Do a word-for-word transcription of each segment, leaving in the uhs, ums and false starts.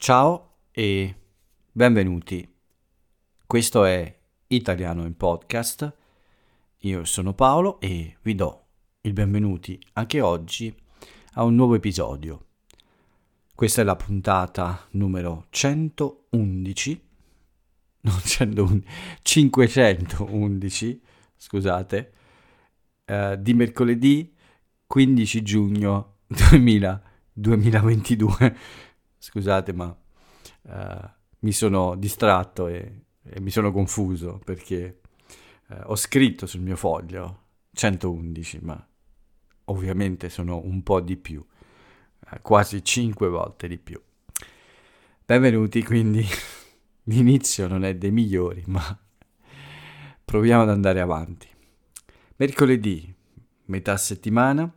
Ciao e benvenuti. Questo è Italiano in Podcast. Io sono Paolo e vi do il benvenuti anche oggi a un nuovo episodio. Questa è la puntata numero centoundici, non centoundici, cinquecentoundici, scusate, eh, di mercoledì quindici giugno duemila, duemilaventidue. Scusate, ma uh, mi sono distratto e, e mi sono confuso perché uh, ho scritto sul mio foglio centoundici, ma ovviamente sono un po' di più, uh, quasi cinque volte di più. Benvenuti, quindi l'inizio non è dei migliori, ma proviamo ad andare avanti. Mercoledì, metà settimana,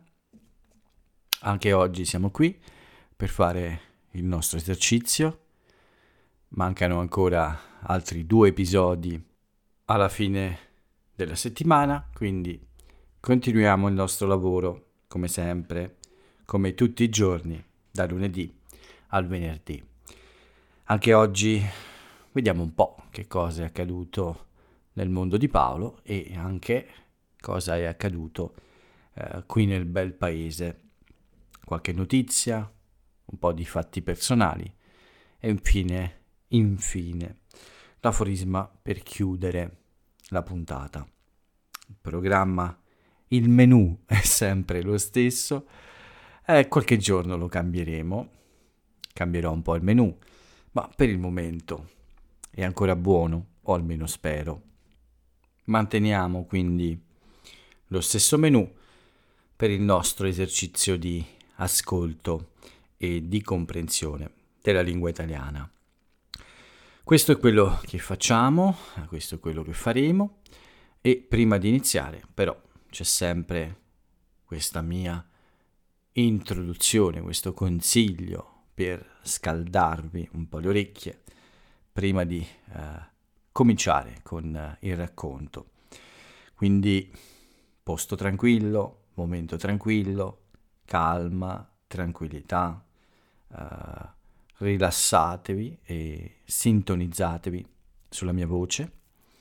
anche oggi siamo qui per fare il nostro esercizio. Mancano ancora altri due episodi alla fine della settimana, quindi continuiamo il nostro lavoro come sempre, come tutti i giorni, da lunedì al venerdì. Anche oggi vediamo un po' che cosa è accaduto nel mondo di Paolo e anche cosa è accaduto eh, qui nel bel paese. Qualche notizia, un po' di fatti personali e infine, infine, l'aforisma per chiudere la puntata. Il programma, il menù è sempre lo stesso, eh, qualche giorno lo cambieremo, cambierò un po' il menù, ma per il momento è ancora buono, o almeno spero. Manteniamo quindi lo stesso menù per il nostro esercizio di ascolto e di comprensione della lingua italiana. Questo è quello che facciamo, questo è quello che faremo e prima di iniziare però c'è sempre questa mia introduzione, questo consiglio per scaldarvi un po' le orecchie prima di eh, cominciare con eh, il racconto. Quindi posto tranquillo, momento tranquillo, calma, tranquillità, uh, rilassatevi e sintonizzatevi sulla mia voce.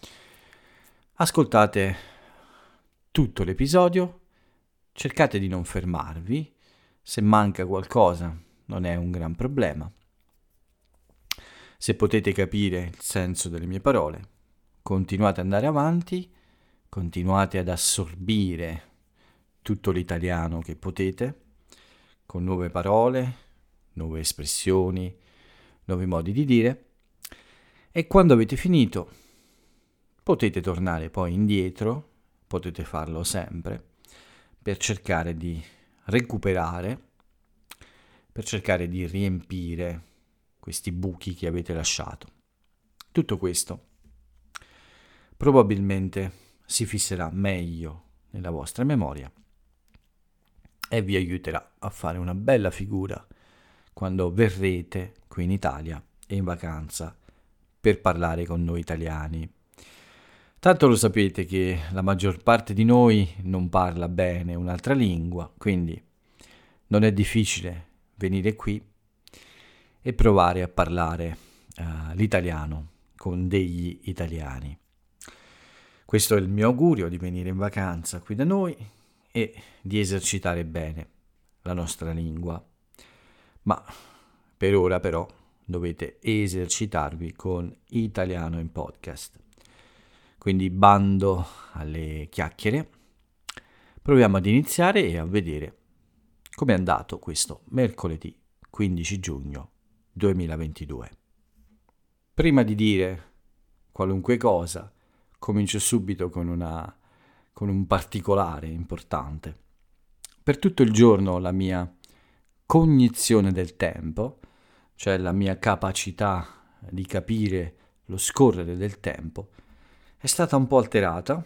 Ascoltate tutto l'episodio, cercate di non fermarvi, se manca qualcosa non è un gran problema. Se potete capire il senso delle mie parole, continuate ad andare avanti, continuate ad assorbire tutto l'italiano che potete, con nuove parole, nuove espressioni, nuovi modi di dire, e quando avete finito potete tornare poi indietro, potete farlo sempre, per cercare di recuperare, per cercare di riempire questi buchi che avete lasciato. Tutto questo probabilmente si fisserà meglio nella vostra memoria e vi aiuterà a fare una bella figura quando verrete qui in Italia e in vacanza per parlare con noi italiani. Tanto lo sapete che la maggior parte di noi non parla bene un'altra lingua, quindi non è difficile venire qui e provare a parlare uh, l'italiano con degli italiani. Questo è il mio augurio, di venire in vacanza qui da noi e di esercitare bene la nostra lingua. Ma per ora però dovete esercitarvi con Italiano in Podcast. Quindi bando alle chiacchiere, proviamo ad iniziare e a vedere come è andato questo mercoledì quindici giugno duemilaventidue. Prima di dire qualunque cosa, comincio subito con una con un particolare importante. Per tutto il giorno la mia cognizione del tempo, cioè la mia capacità di capire lo scorrere del tempo, è stata un po' alterata.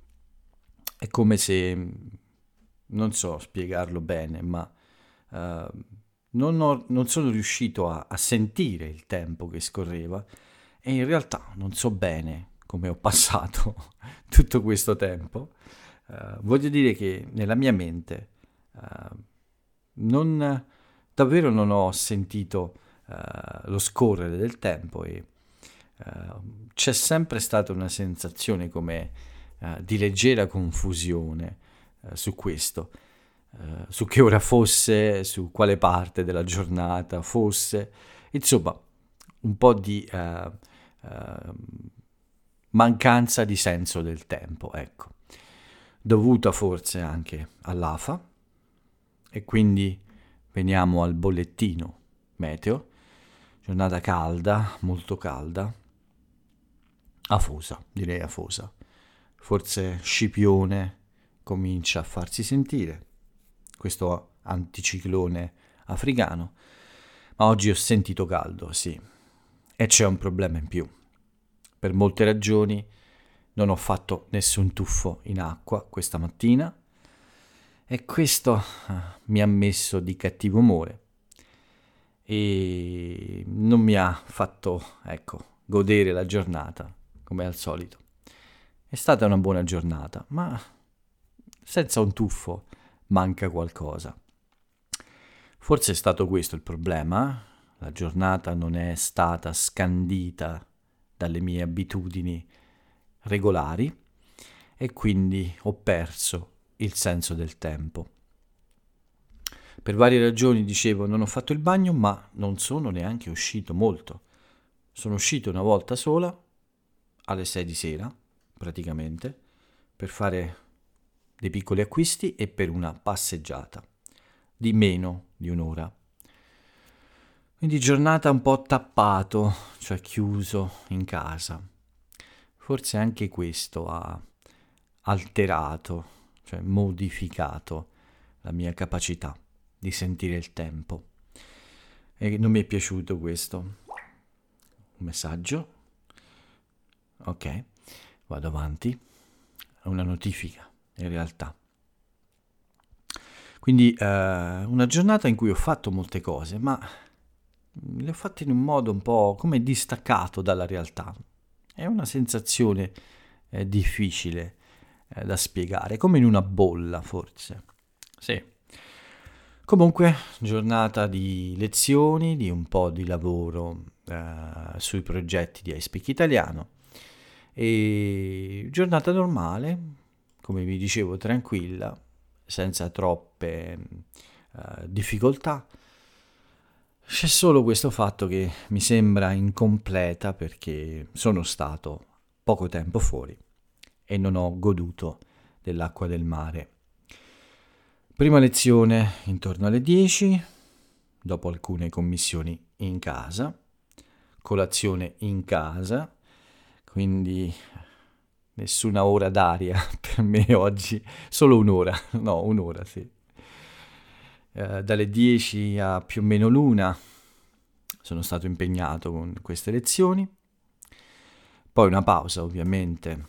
È come se, non so spiegarlo bene, ma uh, non, ho, non sono riuscito a, a sentire il tempo che scorreva e in realtà non so bene come ho passato tutto questo tempo. Uh, voglio dire che nella mia mente uh, non, davvero non ho sentito uh, lo scorrere del tempo e uh, c'è sempre stata una sensazione come uh, di leggera confusione uh, su questo, uh, su che ora fosse, su quale parte della giornata fosse, insomma un po' di uh, uh, mancanza di senso del tempo, ecco, dovuta forse anche all'afa. E quindi veniamo al bollettino meteo, giornata calda, molto calda, afosa, direi afosa, forse Scipione comincia a farsi sentire, questo anticiclone africano, ma oggi ho sentito caldo, sì, e c'è un problema in più. Per molte ragioni non ho fatto nessun tuffo in acqua questa mattina e questo uh, mi ha messo di cattivo umore e non mi ha fatto, ecco, godere la giornata come al solito. È stata una buona giornata, ma senza un tuffo manca qualcosa. Forse è stato questo il problema. La giornata non è stata scandita dalle mie abitudini regolari e quindi ho perso il senso del tempo. Per varie ragioni, dicevo, non ho fatto il bagno, ma non sono neanche uscito molto. Sono uscito una volta sola, alle sei di sera, praticamente, per fare dei piccoli acquisti e per una passeggiata di meno di un'ora. Quindi giornata un po' tappato, cioè chiuso in casa. Forse anche questo ha alterato, cioè modificato la mia capacità di sentire il tempo. E non mi è piaciuto questo. Un messaggio. Ok, vado avanti. Una notifica, in realtà. Quindi eh, una giornata in cui ho fatto molte cose, ma le ho fatte in un modo un po' come distaccato dalla realtà. È una sensazione eh, difficile eh, da spiegare, come in una bolla forse. Sì. Comunque, giornata di lezioni, di un po' di lavoro eh, sui progetti di iSpeak Italiano e giornata normale, come vi dicevo, tranquilla, senza troppe eh, difficoltà. C'è solo questo fatto che mi sembra incompleta perché sono stato poco tempo fuori e non ho goduto dell'acqua del mare. Prima lezione intorno alle dieci, dopo alcune commissioni in casa, colazione in casa, quindi nessuna ora d'aria per me oggi, solo un'ora, no un'ora sì. Uh, dalle dieci a più o meno l'una sono stato impegnato con queste lezioni, poi una pausa ovviamente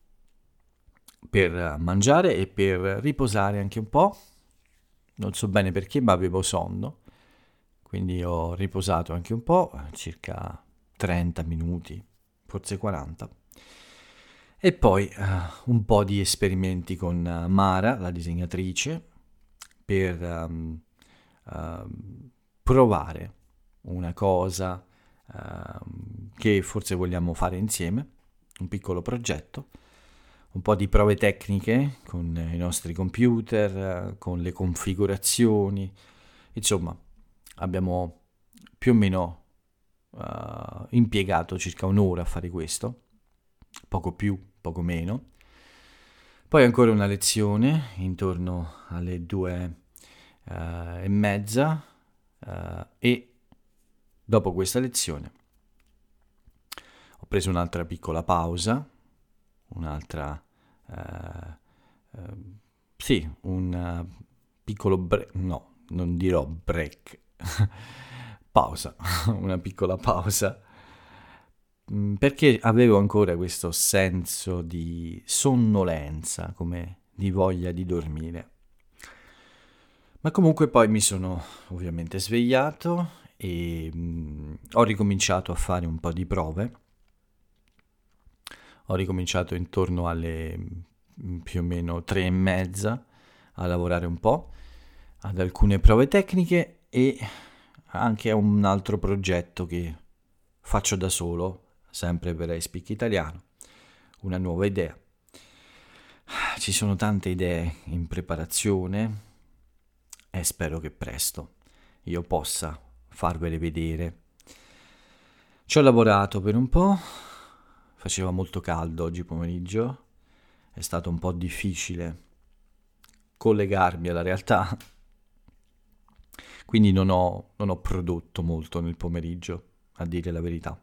per mangiare e per riposare anche un po', non so bene perché ma avevo sonno, quindi ho riposato anche un po', circa trenta minuti, forse quaranta, e poi uh, un po' di esperimenti con Mara, la disegnatrice, per um, uh, provare una cosa uh, che forse vogliamo fare insieme, un piccolo progetto, un po' di prove tecniche con i nostri computer, uh, con le configurazioni, insomma abbiamo più o meno uh, impiegato circa un'ora a fare questo, poco più, poco meno. Poi ancora una lezione intorno alle due uh, e mezza uh, e dopo questa lezione ho preso un'altra piccola pausa, un'altra, uh, uh, sì, un uh, piccolo break, no, non dirò break, pausa, una piccola pausa, perché avevo ancora questo senso di sonnolenza, come di voglia di dormire. Ma comunque poi mi sono ovviamente svegliato e mh, ho ricominciato a fare un po' di prove. Ho ricominciato intorno alle mh, più o meno tre e mezza a lavorare un po' ad alcune prove tecniche e anche a un altro progetto che faccio da solo, sempre per iSpeak Italiano, una nuova idea. Ci sono tante idee in preparazione e spero che presto io possa farvele vedere. Ci ho lavorato per un po', faceva molto caldo oggi pomeriggio, è stato un po' difficile collegarmi alla realtà, quindi non ho, non ho prodotto molto nel pomeriggio, a dire la verità.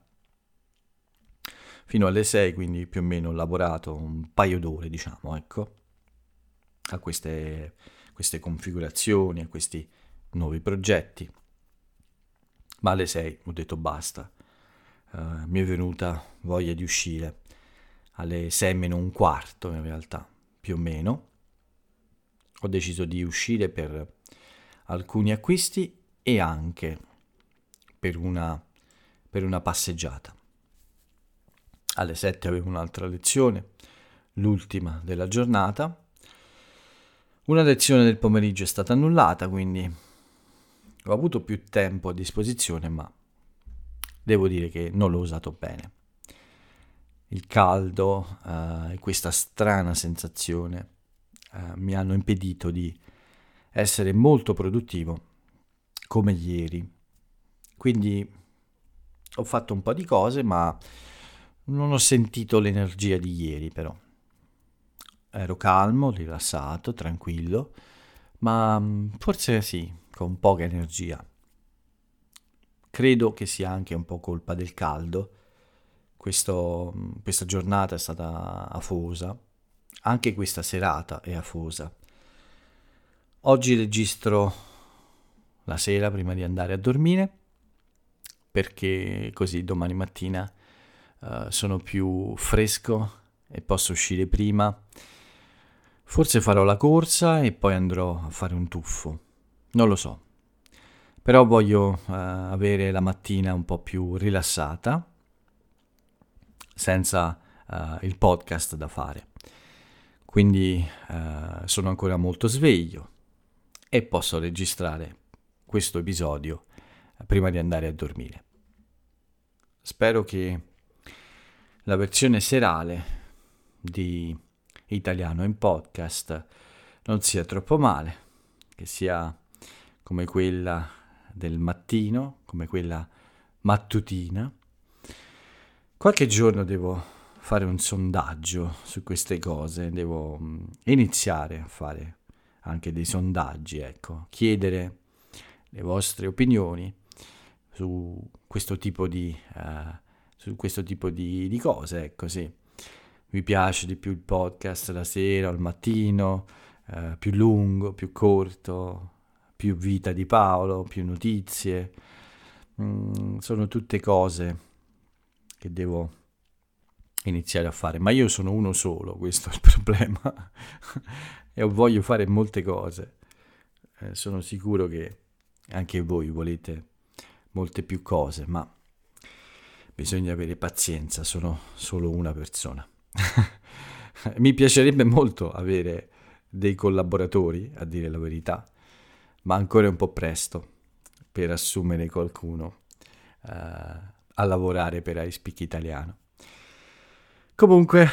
Fino alle sei, quindi più o meno ho lavorato un paio d'ore, diciamo, ecco, a queste, queste configurazioni, a questi nuovi progetti. Ma alle sei ho detto basta, uh, mi è venuta voglia di uscire, alle sei meno un quarto in realtà, più o meno. Ho deciso di uscire per alcuni acquisti e anche per una, per una passeggiata. Alle sette avevo un'altra lezione, l'ultima della giornata. Una lezione del pomeriggio è stata annullata, quindi ho avuto più tempo a disposizione, ma devo dire che non l'ho usato bene. Il caldo eh, e questa strana sensazione eh, mi hanno impedito di essere molto produttivo come ieri. Quindi ho fatto un po' di cose, ma non ho sentito l'energia di ieri, però. Ero calmo, rilassato, tranquillo, ma forse sì, con poca energia. Credo che sia anche un po' colpa del caldo. Questo, questa giornata è stata afosa, anche questa serata è afosa. Oggi registro la sera prima di andare a dormire, perché così domani mattina uh, sono più fresco e posso uscire prima. Forse farò la corsa e poi andrò a fare un tuffo, non lo so. Però voglio uh, avere la mattina un po' più rilassata, senza uh, il podcast da fare. Quindi uh, sono ancora molto sveglio e posso registrare questo episodio prima di andare a dormire. Spero che la versione serale di Italiano in podcast non sia troppo male, che sia come quella del mattino, come quella mattutina. Qualche giorno devo fare un sondaggio su queste cose, devo iniziare a fare anche dei sondaggi, ecco, chiedere le vostre opinioni su questo tipo di uh, su questo tipo di, di cose, ecco, sì. Vi piace di più il podcast la sera o al mattino, uh, più lungo, più corto, più vita di Paolo, più notizie. Mm, sono tutte cose che devo iniziare a fare, ma io sono uno solo, questo è il problema. E voglio fare molte cose. Eh, sono sicuro che anche voi volete molte più cose, ma bisogna avere pazienza, sono solo una persona. Mi piacerebbe molto avere dei collaboratori, a dire la verità, ma ancora è un po' presto per assumere qualcuno uh, a lavorare per iSpeak Italiano. Comunque,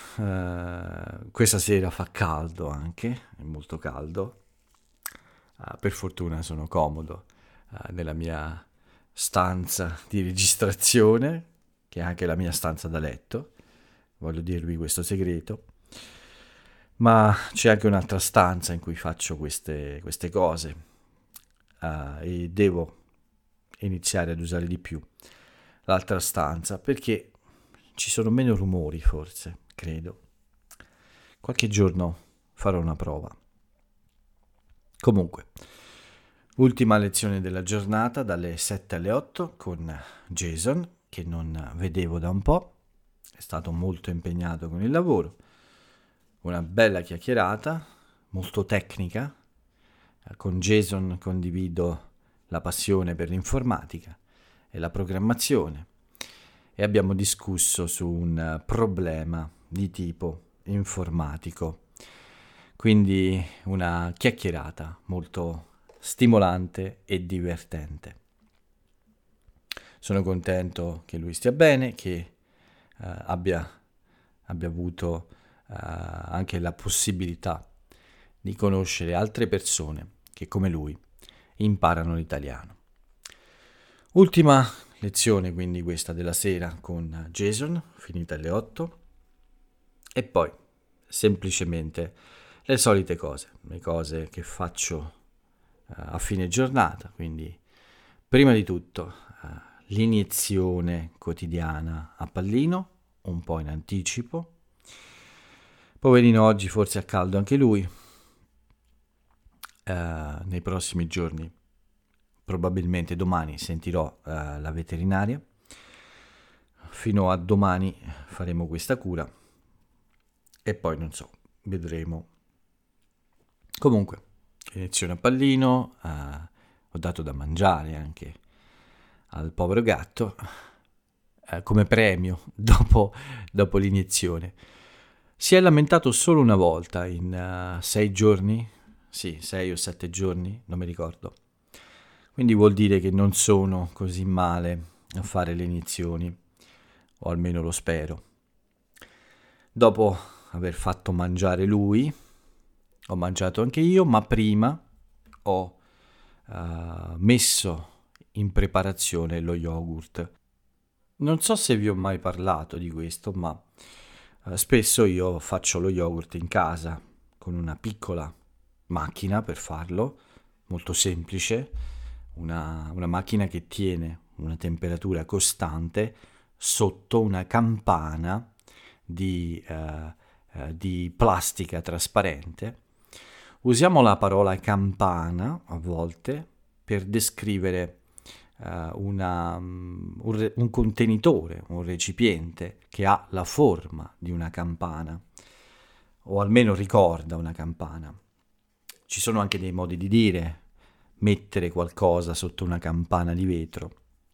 uh, questa sera fa caldo anche, è molto caldo. Uh, per fortuna sono comodo uh, nella mia stanza di registrazione, che è anche la mia stanza da letto. Voglio dirvi questo segreto. Ma c'è anche un'altra stanza in cui faccio queste, queste cose uh, e devo iniziare ad usare di più l'altra stanza perché ci sono meno rumori, forse, credo. Qualche giorno farò una prova. Comunque, ultima lezione della giornata dalle sette alle otto con Jason, che non vedevo da un po'. È stato molto impegnato con il lavoro. Una bella chiacchierata, molto tecnica. Con Jason condivido la passione per l'informatica e la programmazione e abbiamo discusso su un problema di tipo informatico. Quindi una chiacchierata molto stimolante e divertente. Sono contento che lui stia bene, che eh, abbia, abbia avuto eh, anche la possibilità di conoscere altre persone che come lui imparano l'italiano. Ultima lezione quindi questa della sera con Jason, finita alle otto, e poi semplicemente le solite cose, le cose che faccio uh, a fine giornata, quindi prima di tutto uh, l'iniezione quotidiana a pallino, un po' in anticipo. Poverino, oggi forse ha caldo anche lui, uh, nei prossimi giorni, probabilmente domani sentirò uh, la veterinaria, fino a domani faremo questa cura e poi non so, vedremo. Comunque, iniezione a pallino, uh, ho dato da mangiare anche al povero gatto uh, come premio dopo, dopo l'iniezione. Si è lamentato solo una volta in uh, sei giorni, sì, sei o sette giorni, non mi ricordo. Quindi vuol dire che non sono così male a fare le iniezioni, o almeno lo spero. Dopo aver fatto mangiare lui, ho mangiato anche io, ma prima ho uh, messo in preparazione lo yogurt. Non so se vi ho mai parlato di questo, ma uh, spesso io faccio lo yogurt in casa con una piccola macchina per farlo, molto semplice, una, una macchina che tiene una temperatura costante sotto una campana di, uh, uh, di plastica trasparente. Usiamo la parola campana a volte per descrivere uh, una, um, un, re- un contenitore, un recipiente che ha la forma di una campana, o almeno ricorda una campana. Ci sono anche dei modi di dire: mettere qualcosa sotto una campana di vetro.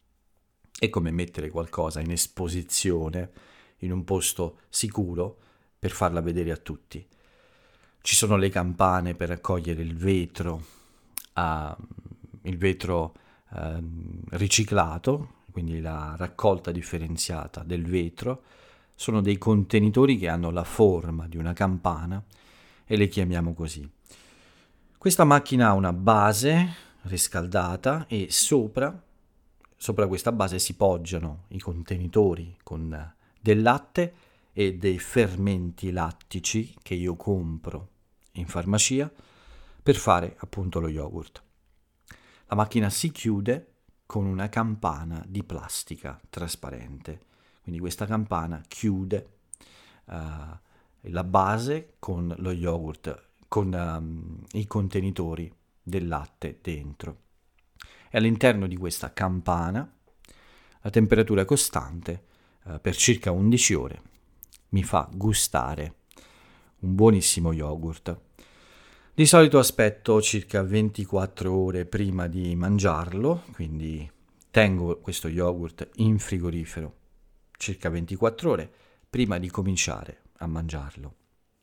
È come mettere qualcosa in esposizione in un posto sicuro per farla vedere a tutti. Ci sono le campane per raccogliere il vetro, uh, il vetro uh, riciclato, quindi la raccolta differenziata del vetro. Sono dei contenitori che hanno la forma di una campana e le chiamiamo così. Questa macchina ha una base riscaldata e sopra, sopra questa base si poggiano i contenitori con del latte e dei fermenti lattici che io compro in farmacia per fare appunto lo yogurt. La macchina si chiude con una campana di plastica trasparente, quindi questa campana chiude uh, la base con lo yogurt, con um, i contenitori del latte dentro, e all'interno di questa campana la temperatura costante uh, per circa undici ore mi fa gustare un buonissimo yogurt. Di solito aspetto circa ventiquattro ore prima di mangiarlo, quindi tengo questo yogurt in frigorifero circa ventiquattro ore prima di cominciare a mangiarlo.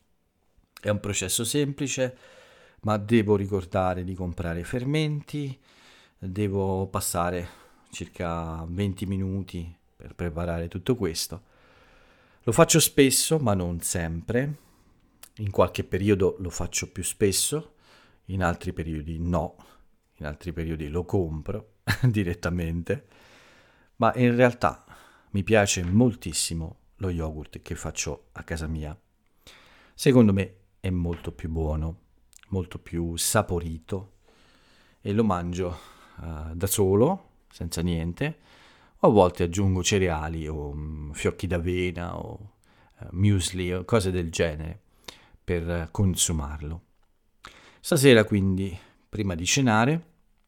È un processo semplice, ma devo ricordare di comprare fermenti, devo passare circa venti minuti per preparare tutto questo. Lo faccio spesso, ma non sempre. In qualche periodo lo faccio più spesso, in altri periodi no, in altri periodi lo compro direttamente, ma in realtà mi piace moltissimo lo yogurt che faccio a casa mia. Secondo me è molto più buono, molto più saporito, e lo mangio uh, da solo, senza niente, o a volte aggiungo cereali o um, fiocchi d'avena o uh, muesli o cose del genere per consumarlo. Stasera quindi, prima di cenare,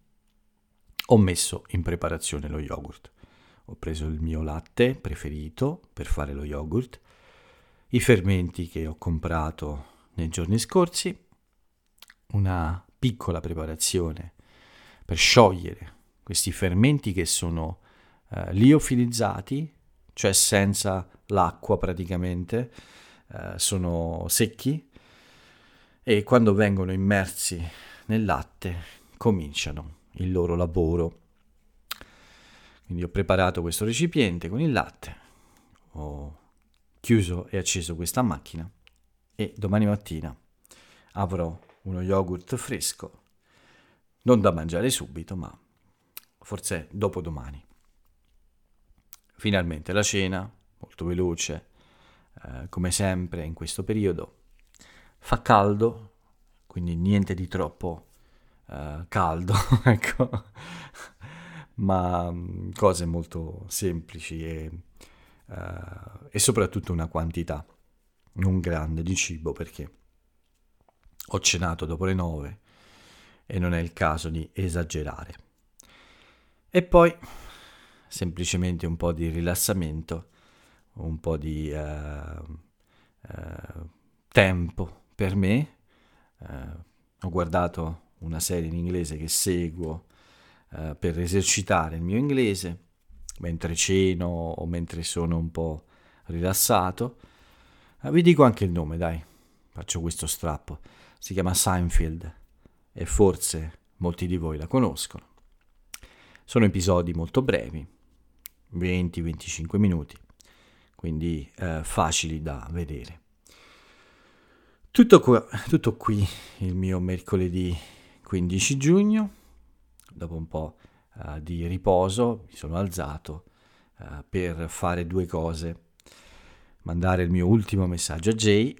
ho messo in preparazione lo yogurt. Ho preso il mio latte preferito per fare lo yogurt, i fermenti che ho comprato nei giorni scorsi, una piccola preparazione per sciogliere questi fermenti che sono eh, liofilizzati, cioè senza l'acqua praticamente, eh, sono secchi, e quando vengono immersi nel latte cominciano il loro lavoro. Quindi ho preparato questo recipiente con il latte, ho chiuso e acceso questa macchina e domani mattina avrò uno yogurt fresco, non da mangiare subito, ma forse dopodomani. Finalmente la cena, molto veloce, eh, come sempre in questo periodo. Fa caldo, quindi niente di troppo eh, caldo, ecco, ma mh, cose molto semplici e, eh, e soprattutto una quantità non grande di cibo, perché ho cenato dopo le nove e non è il caso di esagerare. E poi semplicemente un po' di rilassamento, un po' di eh, eh, tempo per me. Eh, ho guardato una serie in inglese che seguo eh, per esercitare il mio inglese mentre ceno o mentre sono un po' rilassato. Eh, vi dico anche il nome, dai, faccio questo strappo. Si chiama Seinfeld e forse molti di voi la conoscono. Sono episodi molto brevi, venti venticinque minuti, quindi eh, facili da vedere. Tutto, qua, tutto qui il mio mercoledì quindici giugno. Dopo un po' uh, di riposo mi sono alzato uh, per fare due cose: mandare il mio ultimo messaggio a Jay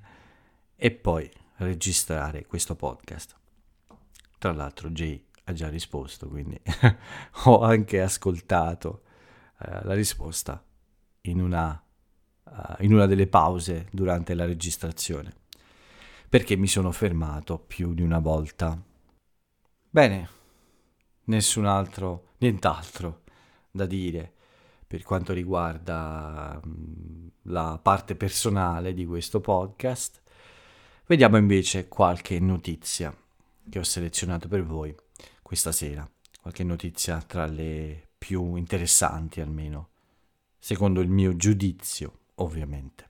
e poi registrare questo podcast. Tra l'altro Jay ha già risposto, quindi ho anche ascoltato uh, la risposta in una, uh, in una delle pause durante la registrazione, perché mi sono fermato più di una volta. Bene, nessun altro, nient'altro da dire per quanto riguarda mh, la parte personale di questo podcast. Vediamo invece qualche notizia che ho selezionato per voi questa sera, qualche notizia tra le più interessanti, almeno secondo il mio giudizio, ovviamente.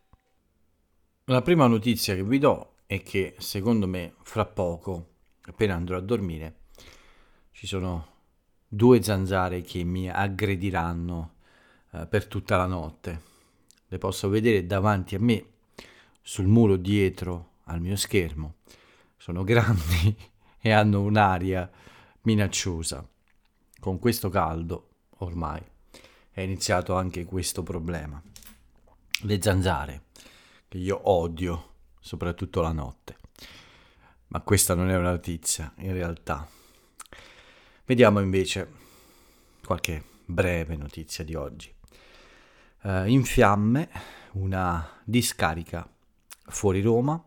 La prima notizia che vi do è che secondo me fra poco, appena andrò a dormire, ci sono due zanzare che mi aggrediranno eh, per tutta la notte. Le posso vedere davanti a me, sul muro dietro al mio schermo. Sono grandi e hanno un'aria minacciosa. Con questo caldo, ormai, è iniziato anche questo problema. Le zanzare, che io odio, soprattutto la notte. Ma questa non è una notizia, in realtà. Vediamo invece qualche breve notizia di oggi. Uh, in fiamme una discarica fuori Roma,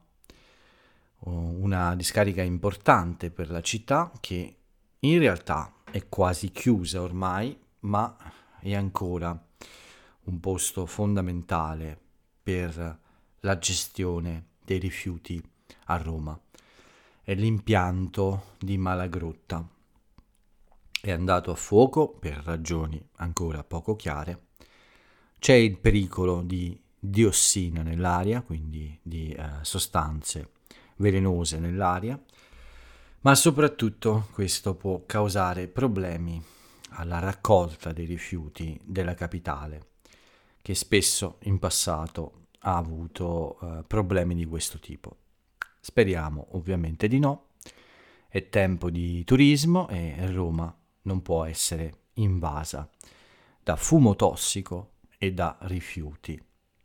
una discarica importante per la città che in realtà è quasi chiusa ormai, ma è ancora un posto fondamentale per la gestione dei rifiuti a Roma. È l'impianto di Malagrotta. È andato a fuoco per ragioni ancora poco chiare. C'è il pericolo di diossina nell'aria, quindi di eh, sostanze velenose nell'aria, ma soprattutto questo può causare problemi alla raccolta dei rifiuti della capitale, che spesso in passato ha avuto eh, problemi di questo tipo. Speriamo ovviamente di no. È tempo di turismo e Roma non può essere invasa da fumo tossico e da rifiuti.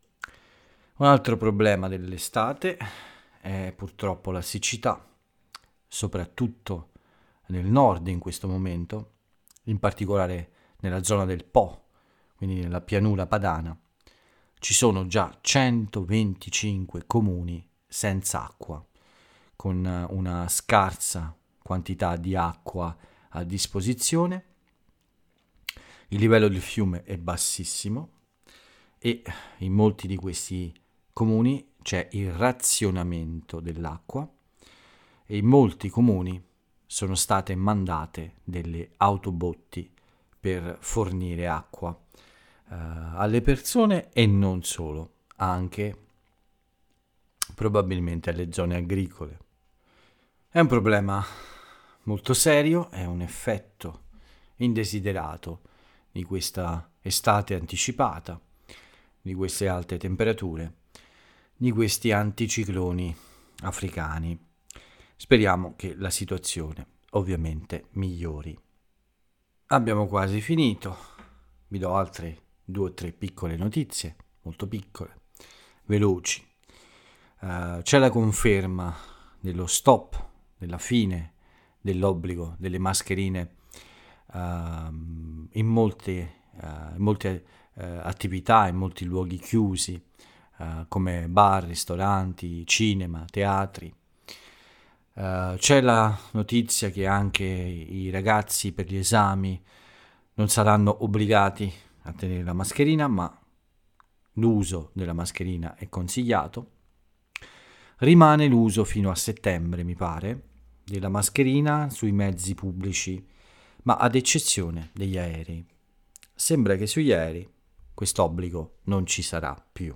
Un altro problema dell'estate è purtroppo la siccità, soprattutto nel nord in questo momento, in particolare nella zona del Po, quindi nella pianura padana. Ci sono già centoventicinque comuni senza acqua, con una scarsa quantità di acqua a disposizione. Il livello del fiume è bassissimo e in molti di questi comuni c'è il razionamento dell'acqua e in molti comuni sono state mandate delle autobotti per fornire acqua eh, alle persone e non solo, anche probabilmente alle zone agricole. È un problema molto serio, è un effetto indesiderato di questa estate anticipata, di queste alte temperature, di questi anticicloni africani. Speriamo che la situazione ovviamente migliori. Abbiamo quasi finito, vi do altre due o tre piccole notizie, molto piccole, veloci. Uh, c'è la conferma dello stop, della fine dell'obbligo delle mascherine uh, in molte, uh, in molte uh, attività, in molti luoghi chiusi, uh, come bar, ristoranti, cinema, teatri. Uh, c'è la notizia che anche i ragazzi per gli esami non saranno obbligati a tenere la mascherina, ma l'uso della mascherina è consigliato. Rimane l'uso fino a settembre, mi pare, della mascherina sui mezzi pubblici, ma ad eccezione degli aerei. Sembra che sugli aerei quest'obbligo non ci sarà più.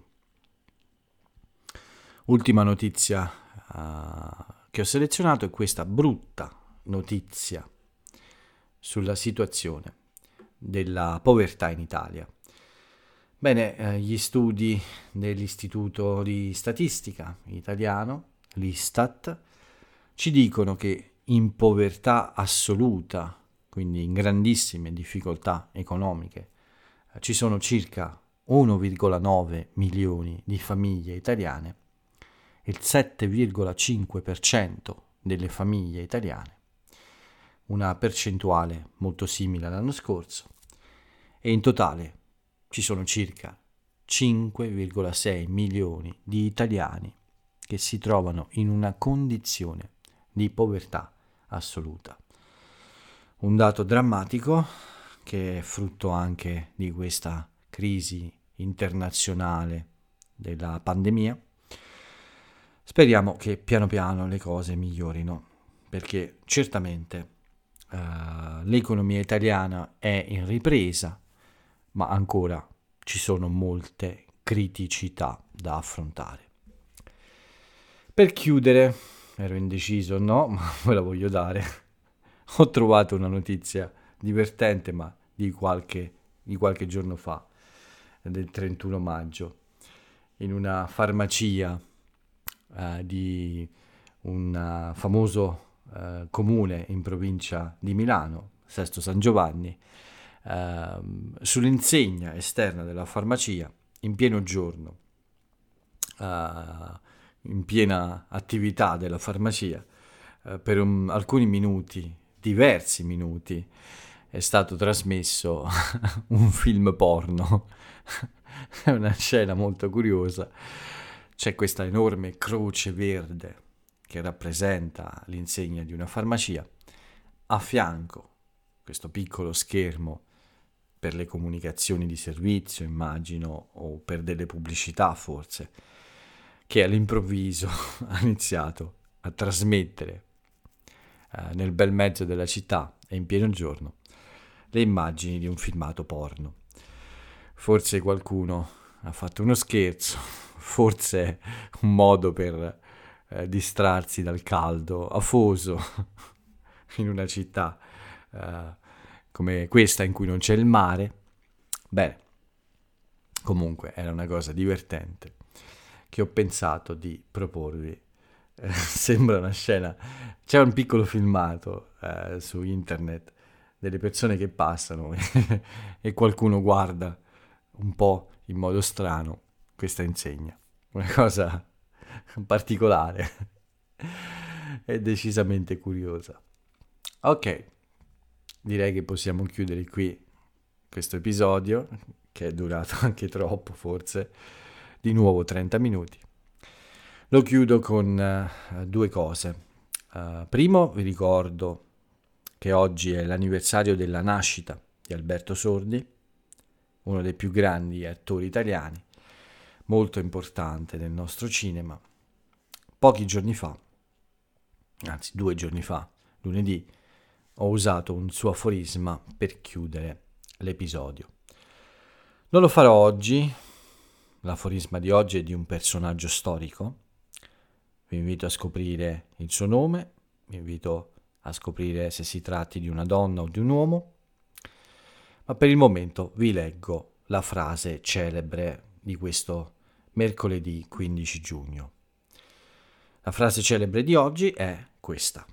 Ultima notizia uh, che ho selezionato è questa brutta notizia sulla situazione della povertà in Italia. Bene, eh, gli studi dell'Istituto di Statistica Italiano, l'Istat, ci dicono che in povertà assoluta, quindi in grandissime difficoltà economiche, eh, ci sono circa uno virgola nove milioni di famiglie italiane, il sette virgola cinque per cento delle famiglie italiane, una percentuale molto simile all'anno scorso, e in totale ci sono circa cinque virgola sei milioni di italiani che si trovano in una condizione di povertà assoluta. Un dato drammatico che è frutto anche di questa crisi internazionale della pandemia. Speriamo che piano piano le cose migliorino, perché certamente uh, l'economia italiana è in ripresa, ma ancora ci sono molte criticità da affrontare. Per chiudere, ero indeciso o no, ma ve la voglio dare. Ho trovato una notizia divertente, ma di qualche, di qualche giorno fa, del trentuno maggio, in una farmacia uh, di un uh, famoso uh, comune in provincia di Milano, Sesto San Giovanni. Uh, sull'insegna esterna della farmacia, in pieno giorno, uh, in piena attività della farmacia, uh, per un, alcuni minuti, diversi minuti, è stato trasmesso un film porno. È una scena molto curiosa. C'è questa enorme croce verde che rappresenta l'insegna di una farmacia, a fianco questo piccolo schermo per le comunicazioni di servizio, immagino, o per delle pubblicità forse, che all'improvviso ha iniziato a trasmettere eh, nel bel mezzo della città e in pieno giorno le immagini di un filmato porno. Forse qualcuno ha fatto uno scherzo, forse un modo per eh, distrarsi dal caldo afoso in una città eh, come questa in cui non c'è il mare. Bene, comunque era una cosa divertente che ho pensato di proporvi. Eh, sembra una scena, c'è un piccolo filmato eh, su internet delle persone che passano e qualcuno guarda un po' in modo strano questa insegna, una cosa particolare e decisamente curiosa. Ok, direi che possiamo chiudere qui questo episodio, che è durato anche troppo forse, di nuovo trenta minuti. Lo chiudo con uh, due cose. Uh, primo, vi ricordo che oggi è l'anniversario della nascita di Alberto Sordi, uno dei più grandi attori italiani, molto importante nel nostro cinema. Pochi giorni fa, anzi due giorni fa, lunedì, ho usato un suo aforisma per chiudere l'episodio. Non lo farò oggi, l'aforisma di oggi è di un personaggio storico. Vi invito a scoprire il suo nome, vi invito a scoprire se si tratti di una donna o di un uomo, Ma per il momento vi leggo la frase celebre di questo mercoledì quindici giugno. La frase celebre di oggi è questa: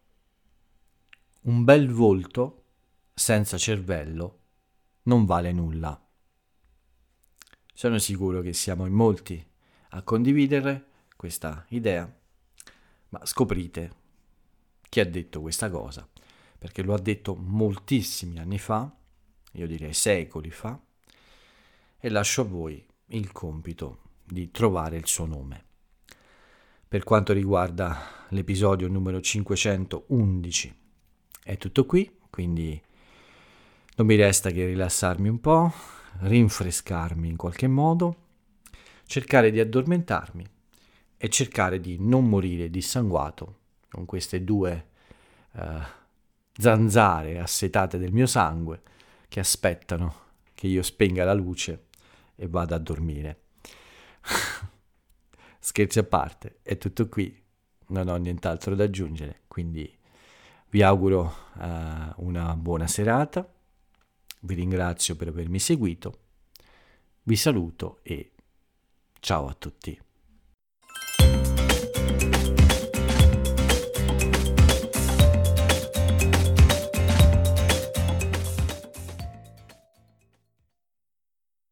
un bel volto senza cervello non vale nulla. Sono sicuro che siamo in molti a condividere questa idea, ma scoprite chi ha detto questa cosa, perché lo ha detto moltissimi anni fa, io direi secoli fa, e lascio a voi il compito di trovare il suo nome. Per quanto riguarda l'episodio numero cinquecentoundici è tutto qui, quindi non mi resta che rilassarmi un po', rinfrescarmi in qualche modo, cercare di addormentarmi e cercare di non morire dissanguato con queste due uh, zanzare assetate del mio sangue che aspettano che io spenga la luce e vada a dormire. Scherzi a parte, è tutto qui, non ho nient'altro da aggiungere, quindi vi auguro uh, una buona serata, vi ringrazio per avermi seguito, vi saluto e ciao a tutti.